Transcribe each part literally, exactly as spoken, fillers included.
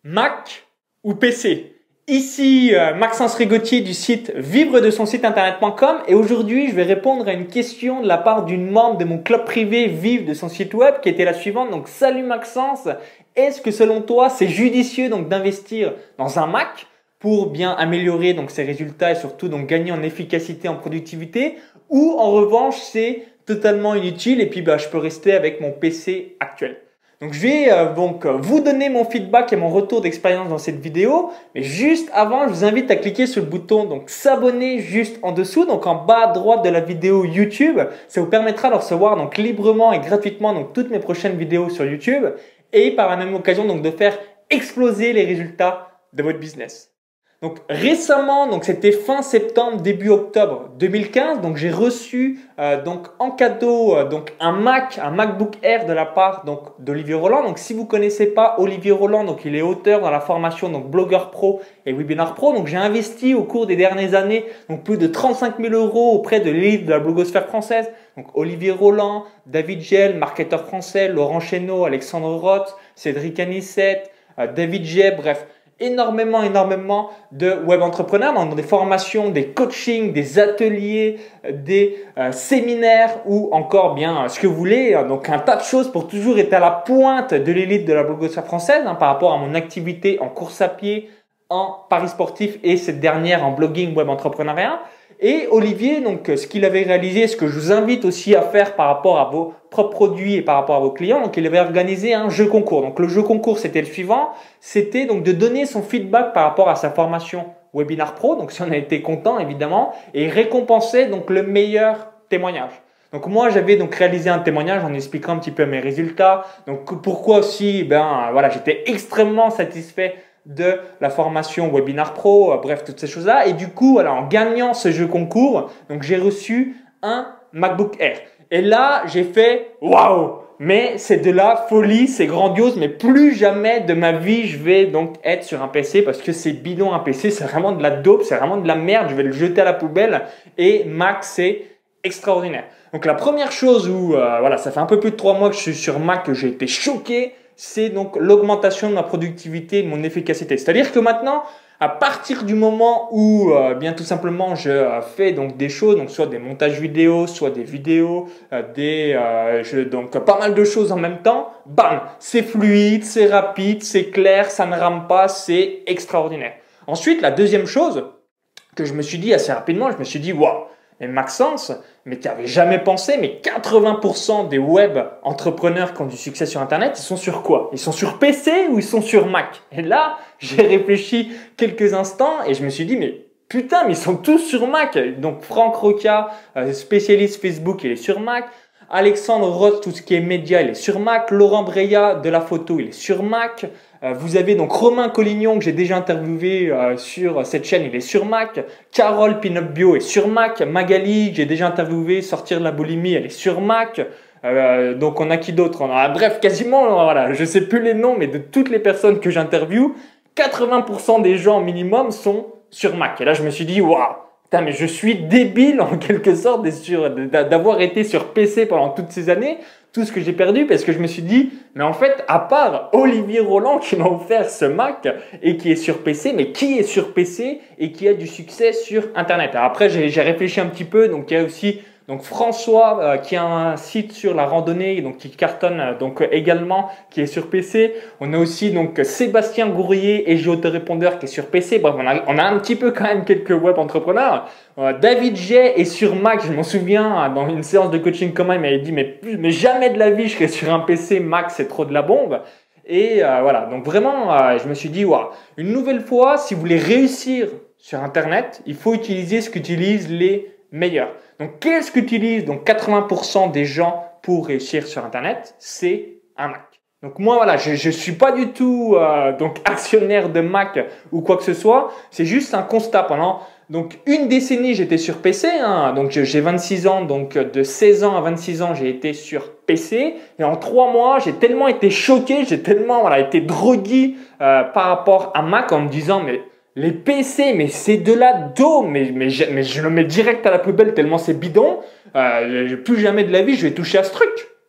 Mac ou P C? Ici euh, Maxence Rigotier du site vivre de son site internet point com et aujourd'hui je vais répondre à une question de la part d'une membre de mon club privé Vive de son site web qui était la suivante. Donc salut Maxence, est-ce que selon toi c'est judicieux donc d'investir dans un Mac pour bien améliorer donc ses résultats et surtout donc gagner en efficacité, en productivité, ou en revanche c'est totalement inutile et puis bah, je peux rester avec mon P C actuel? Donc je vais euh, donc vous donner mon feedback et mon retour d'expérience dans cette vidéo, mais juste avant, je vous invite à cliquer sur le bouton donc s'abonner juste en dessous, donc en bas à droite de la vidéo YouTube. Ça vous permettra de recevoir donc librement et gratuitement donc toutes mes prochaines vidéos sur YouTube et par la même occasion donc de faire exploser les résultats de votre business. Donc récemment, donc c'était fin septembre, début octobre deux mille quinze, donc j'ai reçu euh, donc en cadeau euh, donc un Mac, un MacBook Air de la part donc d'Olivier Roland. Donc si vous connaissez pas Olivier Roland, donc il est auteur dans la formation donc Blogueur Pro et Webinar Pro. Donc j'ai investi au cours des dernières années donc plus de trente-cinq mille euros auprès de l'élite de la blogosphère française. Donc Olivier Roland, David Gell, marketeur français, Laurent Chénaud, Alexandre Roth, Cédric Anissette, euh, David Jeb, bref. énormément, énormément de web entrepreneurs dans des formations, des coachings, des ateliers, des euh, séminaires ou encore bien ce que vous voulez. Donc un tas de choses pour toujours être à la pointe de l'élite de la blogosphère française hein, par rapport à mon activité en course à pied, en paris sportif et cette dernière en blogging web entrepreneuriat. Et Olivier, donc, ce qu'il avait réalisé, ce que je vous invite aussi à faire par rapport à vos propres produits et par rapport à vos clients, donc il avait organisé un jeu concours. Donc le jeu concours, c'était le suivant, c'était donc de donner son feedback par rapport à sa formation Webinar Pro, donc si on a été content évidemment, et récompenser donc le meilleur témoignage. Donc moi j'avais donc réalisé un témoignage en expliquant un petit peu mes résultats. Donc pourquoi aussi, ben voilà, j'étais extrêmement satisfait de la formation Webinar Pro, euh, bref, toutes ces choses-là. Et du coup, voilà, en gagnant ce jeu concours, donc j'ai reçu un MacBook Air. Et là, j'ai fait waouh! Mais c'est de la folie, c'est grandiose, mais plus jamais de ma vie, je vais donc être sur un P C parce que c'est bidon un P C, c'est vraiment de la dope, c'est vraiment de la merde, je vais le jeter à la poubelle. Et Mac, c'est extraordinaire. Donc la première chose où, euh, voilà, ça fait un peu plus de trois mois que je suis sur Mac, que j'ai été choqué, c'est donc l'augmentation de ma productivité et de mon efficacité. C'est-à-dire que maintenant, à partir du moment où euh, bien tout simplement je euh, fais donc des choses, donc soit des montages vidéo, soit des vidéos, euh, des euh, je, donc pas mal de choses en même temps, bam, c'est fluide, c'est rapide, c'est clair, ça ne rame pas, c'est extraordinaire. Ensuite, la deuxième chose que je me suis dit assez rapidement, je me suis dit waouh. Et Maxence, mais tu n'avais jamais pensé, mais quatre-vingts pour cent des web entrepreneurs qui ont du succès sur Internet, ils sont sur quoi? Ils sont sur P C ou ils sont sur Mac? Et là, j'ai réfléchi quelques instants et je me suis dit, mais putain, mais ils sont tous sur Mac. Donc Franck Roca, spécialiste Facebook, il est sur Mac. Alexandre Roth, tout ce qui est média, il est sur Mac. Laurent Breya, de la photo, il est sur Mac. Euh, vous avez donc Romain Collignon, que j'ai déjà interviewé euh, sur cette chaîne, il est sur Mac. Carole Pinup Bio est sur Mac. Magali, que j'ai déjà interviewé, Sortir de la boulimie, elle est sur Mac. Euh, donc on a qui d'autre? On a, bref, quasiment, voilà, je sais plus les noms, mais de toutes les personnes que j'interviewe, quatre-vingts pour cent des gens minimum sont sur Mac. Et là, je me suis dit, waouh! Putain, mais je suis débile en quelque sorte d'avoir été sur P C pendant toutes ces années, tout ce que j'ai perdu parce que je me suis dit, mais en fait, à part Olivier Roland qui m'a offert ce Mac et qui est sur P C, mais qui est sur P C et qui a du succès sur Internet? Alors après, j'ai réfléchi un petit peu, donc il y a aussi donc François euh, qui a un site sur la randonnée donc qui cartonne euh, donc euh, également qui est sur P C. On a aussi donc Sébastien Gourrier et Géautorépondeur qui est sur P C. Bref, on a, on a un petit peu quand même quelques web entrepreneurs. Euh, David Jay est sur Mac. Je m'en souviens dans une séance de coaching commun, il m'avait dit mais, mais jamais de la vie je serai sur un P C. Mac, c'est trop de la bombe. Et euh, voilà, donc vraiment, euh, je me suis dit waouh. Une nouvelle fois, si vous voulez réussir sur Internet, il faut utiliser ce qu'utilisent les meilleurs. Donc, qu'est-ce qu'utilisent donc quatre-vingts pour cent des gens pour réussir sur Internet? C'est un Mac. Donc moi voilà, je je suis pas du tout euh, donc actionnaire de Mac ou quoi que ce soit. C'est juste un constat. Pendant donc une décennie, j'étais sur P C. Hein, donc j'ai vingt-six ans, donc de seize ans à vingt-six ans, j'ai été sur P C. Et en trois mois, j'ai tellement été choqué, j'ai tellement voilà été drogué euh, par rapport à Mac en me disant mais les P C, mais c'est de la daube, mais, mais, je, mais je le mets direct à la poubelle tellement c'est bidon. Euh, plus jamais de la vie, je vais toucher à ce truc.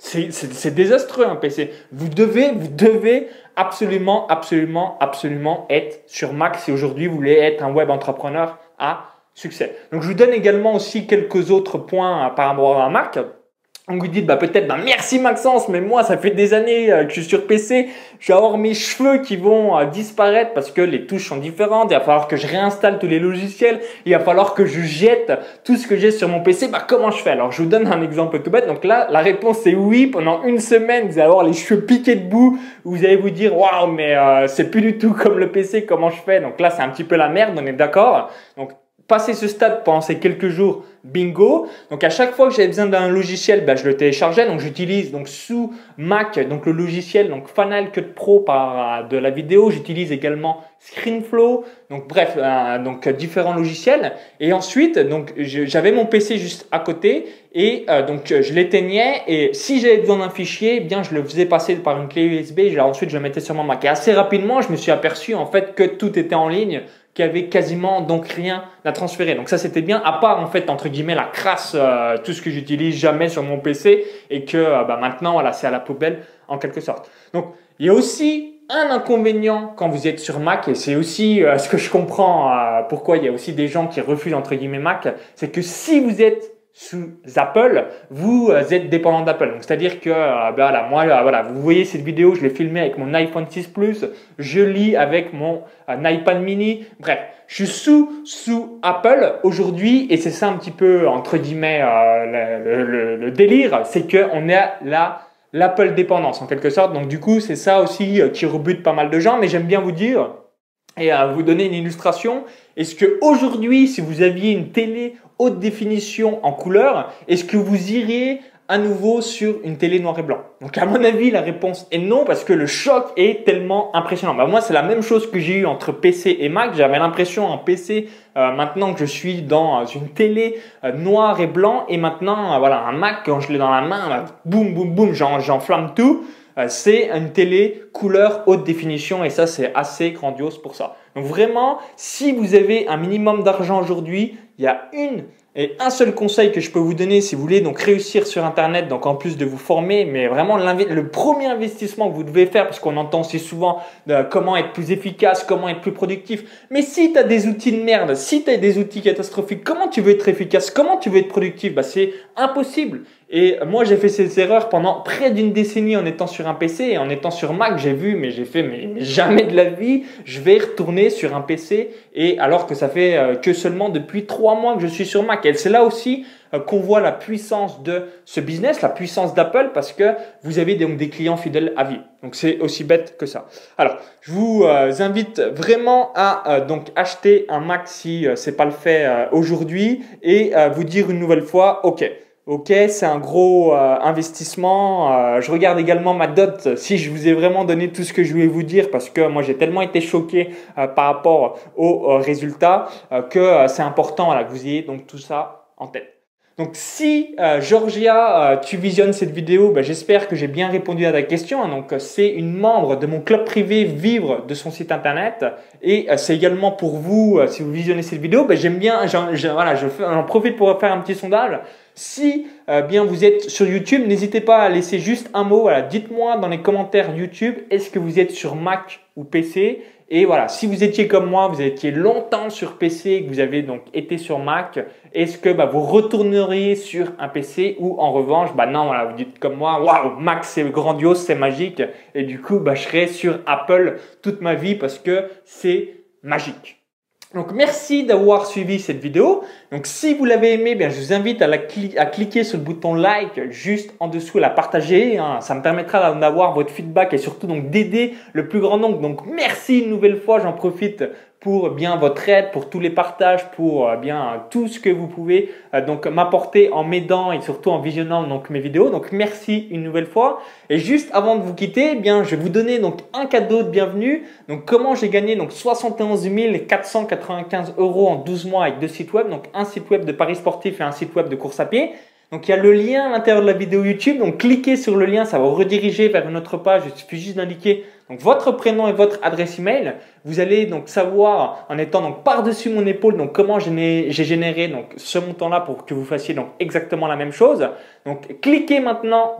C'est désastreux un P C. Vous devez, vous devez absolument, absolument, absolument être sur Mac si aujourd'hui vous voulez être un web entrepreneur à succès. Donc je vous donne également aussi quelques autres points par rapport à un Mac. On vous dit bah peut-être bah merci Maxence, mais moi ça fait des années euh, que je suis sur P C, je vais avoir mes cheveux qui vont euh, disparaître parce que les touches sont différentes, il va falloir que je réinstalle tous les logiciels, il va falloir que je jette tout ce que j'ai sur mon P C, bah comment je fais? Alors je vous donne un exemple tout bête, donc là la réponse c'est oui, pendant une semaine vous allez avoir les cheveux piqués de boue, vous allez vous dire waouh mais euh, c'est plus du tout comme le P C, comment je fais? Donc là c'est un petit peu la merde, on est d'accord? Donc passer ce stade pendant ces quelques jours, bingo. Donc à chaque fois que j'avais besoin d'un logiciel, bah, je le téléchargeais. Donc j'utilise donc sous Mac donc le logiciel donc Final Cut Pro par de la vidéo. J'utilise également ScreenFlow. Donc bref, euh, donc différents logiciels. Et ensuite donc j'avais mon P C juste à côté et euh, donc je l'éteignais et si j'avais besoin d'un fichier, eh bien je le faisais passer par une clé U S B. Et ensuite je le mettais sur mon Mac. Et assez rapidement, je me suis aperçu en fait que tout était en ligne, qu'il y avait quasiment donc rien à transférer. Donc ça c'était bien, à part en fait entre guillemets la crasse, euh, tout ce que j'utilise jamais sur mon P C et que euh, bah, maintenant voilà c'est à la poubelle en quelque sorte. Donc il y a aussi un inconvénient quand vous êtes sur Mac et c'est aussi euh, ce que je comprends euh, pourquoi il y a aussi des gens qui refusent entre guillemets Mac, c'est que si vous êtes sous Apple, vous êtes dépendant d'Apple. Donc c'est-à-dire que euh, ben voilà, moi euh, voilà, vous voyez cette vidéo, je l'ai filmée avec mon iPhone six Plus, je lis avec mon euh, iPad mini. Bref, je suis sous sous Apple aujourd'hui et c'est ça un petit peu entre guillemets euh, le, le, le délire, c'est que on est à la l'Apple dépendance en quelque sorte. Donc du coup, c'est ça aussi euh, qui rebute pas mal de gens, mais j'aime bien vous dire et à vous donner une illustration. Est-ce que aujourd'hui, si vous aviez une télé haute définition en couleur, est-ce que vous iriez à nouveau sur une télé noir et blanc? Donc à mon avis, la réponse est non parce que le choc est tellement impressionnant. Bah, moi, c'est la même chose que j'ai eu entre P C et Mac. J'avais l'impression en P C, euh, maintenant que je suis dans une télé euh, noir et blanc et maintenant, euh, voilà, un Mac, quand je l'ai dans la main, là, boum, boum, boum, j'enflamme tout. Euh, c'est une télé couleur haute définition et ça, c'est assez grandiose pour ça. Donc vraiment, si vous avez un minimum d'argent aujourd'hui, il y a une et un seul conseil que je peux vous donner si vous voulez donc réussir sur Internet, donc en plus de vous former, mais vraiment le premier investissement que vous devez faire, parce qu'on entend aussi souvent de comment être plus efficace, comment être plus productif. Mais si tu as des outils de merde, si tu as des outils catastrophiques, comment tu veux être efficace, comment tu veux être productif? Bah, c'est impossible. Et moi, j'ai fait ces erreurs pendant près d'une décennie en étant sur un P C et en étant sur Mac, j'ai vu, mais j'ai fait, mais, mais jamais de la vie, je vais retourner sur un P C et alors que ça fait euh, que seulement depuis trois mois que je suis sur Mac. Et c'est là aussi euh, qu'on voit la puissance de ce business, la puissance d'Apple parce que vous avez donc des clients fidèles à vie. Donc, c'est aussi bête que ça. Alors, je vous euh, invite vraiment à euh, donc acheter un Mac si euh, c'est pas le fait euh, aujourd'hui et euh, vous dire une nouvelle fois, OK. Ok, c'est un gros euh, investissement. Euh, je regarde également ma dot si je vous ai vraiment donné tout ce que je voulais vous dire parce que moi j'ai tellement été choqué euh, par rapport aux, aux résultats euh, que euh, c'est important voilà, que vous ayez donc tout ça en tête. Donc si euh, Georgia, euh, tu visionnes cette vidéo, ben, j'espère que j'ai bien répondu à ta question. Donc c'est une membre de mon club privé Vivre de son site internet et euh, c'est également pour vous euh, si vous visionnez cette vidéo. Ben, j'aime bien, j'en, j'en, voilà, je fais, j'en profite pour faire un petit sondage. Si euh, bien vous êtes sur YouTube, n'hésitez pas à laisser juste un mot. Voilà, dites-moi dans les commentaires YouTube, est-ce que vous êtes sur Mac ou P C? Et voilà, si vous étiez comme moi, vous étiez longtemps sur P C et que vous avez donc été sur Mac, est-ce que bah, vous retourneriez sur un P C ou en revanche, bah non, voilà, vous dites comme moi, waouh, Mac c'est grandiose, c'est magique et du coup, bah, je serai sur Apple toute ma vie parce que c'est magique. Donc merci d'avoir suivi cette vidéo. Donc si vous l'avez aimé, bien je vous invite à, la cli à cliquer sur le bouton like juste en dessous, à la partager. Hein. Ça me permettra d'avoir votre feedback et surtout donc d'aider le plus grand nombre. Donc merci une nouvelle fois, j'en profite pour bien votre aide, pour tous les partages, pour euh, bien tout ce que vous pouvez euh, donc m'apporter en m'aidant et surtout en visionnant donc mes vidéos. Donc merci une nouvelle fois. Et juste avant de vous quitter, eh bien je vais vous donner donc un cadeau de bienvenue. Donc comment j'ai gagné donc soixante et onze mille quatre cent quatre-vingt-quinze euros en douze mois avec deux sites web, donc un site web de paris sportifs et un site web de course à pied. Donc il y a le lien à l'intérieur de la vidéo YouTube, donc cliquez sur le lien, ça va vous rediriger vers une autre page. Il suffit juste d'indiquer donc votre prénom et votre adresse email. Vous allez donc savoir en étant donc par-dessus mon épaule donc comment j'ai généré donc ce montant-là pour que vous fassiez donc exactement la même chose. Donc cliquez maintenant dans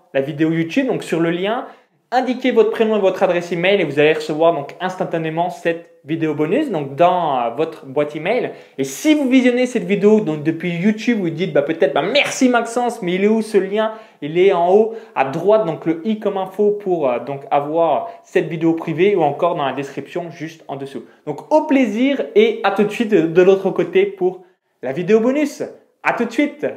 la vidéo YouTube, donc sur le lien, indiquez votre prénom et votre adresse email et vous allez recevoir donc instantanément cette vidéo bonus donc dans euh, votre boîte email. Et si vous visionnez cette vidéo donc depuis YouTube, vous dites bah, peut-être bah, merci Maxence, mais il est où ce lien? Il est en haut à droite, donc le i comme info pour euh, donc avoir cette vidéo privée ou encore dans la description juste en dessous. Donc au plaisir et à tout de suite de, de l'autre côté pour la vidéo bonus. À tout de suite.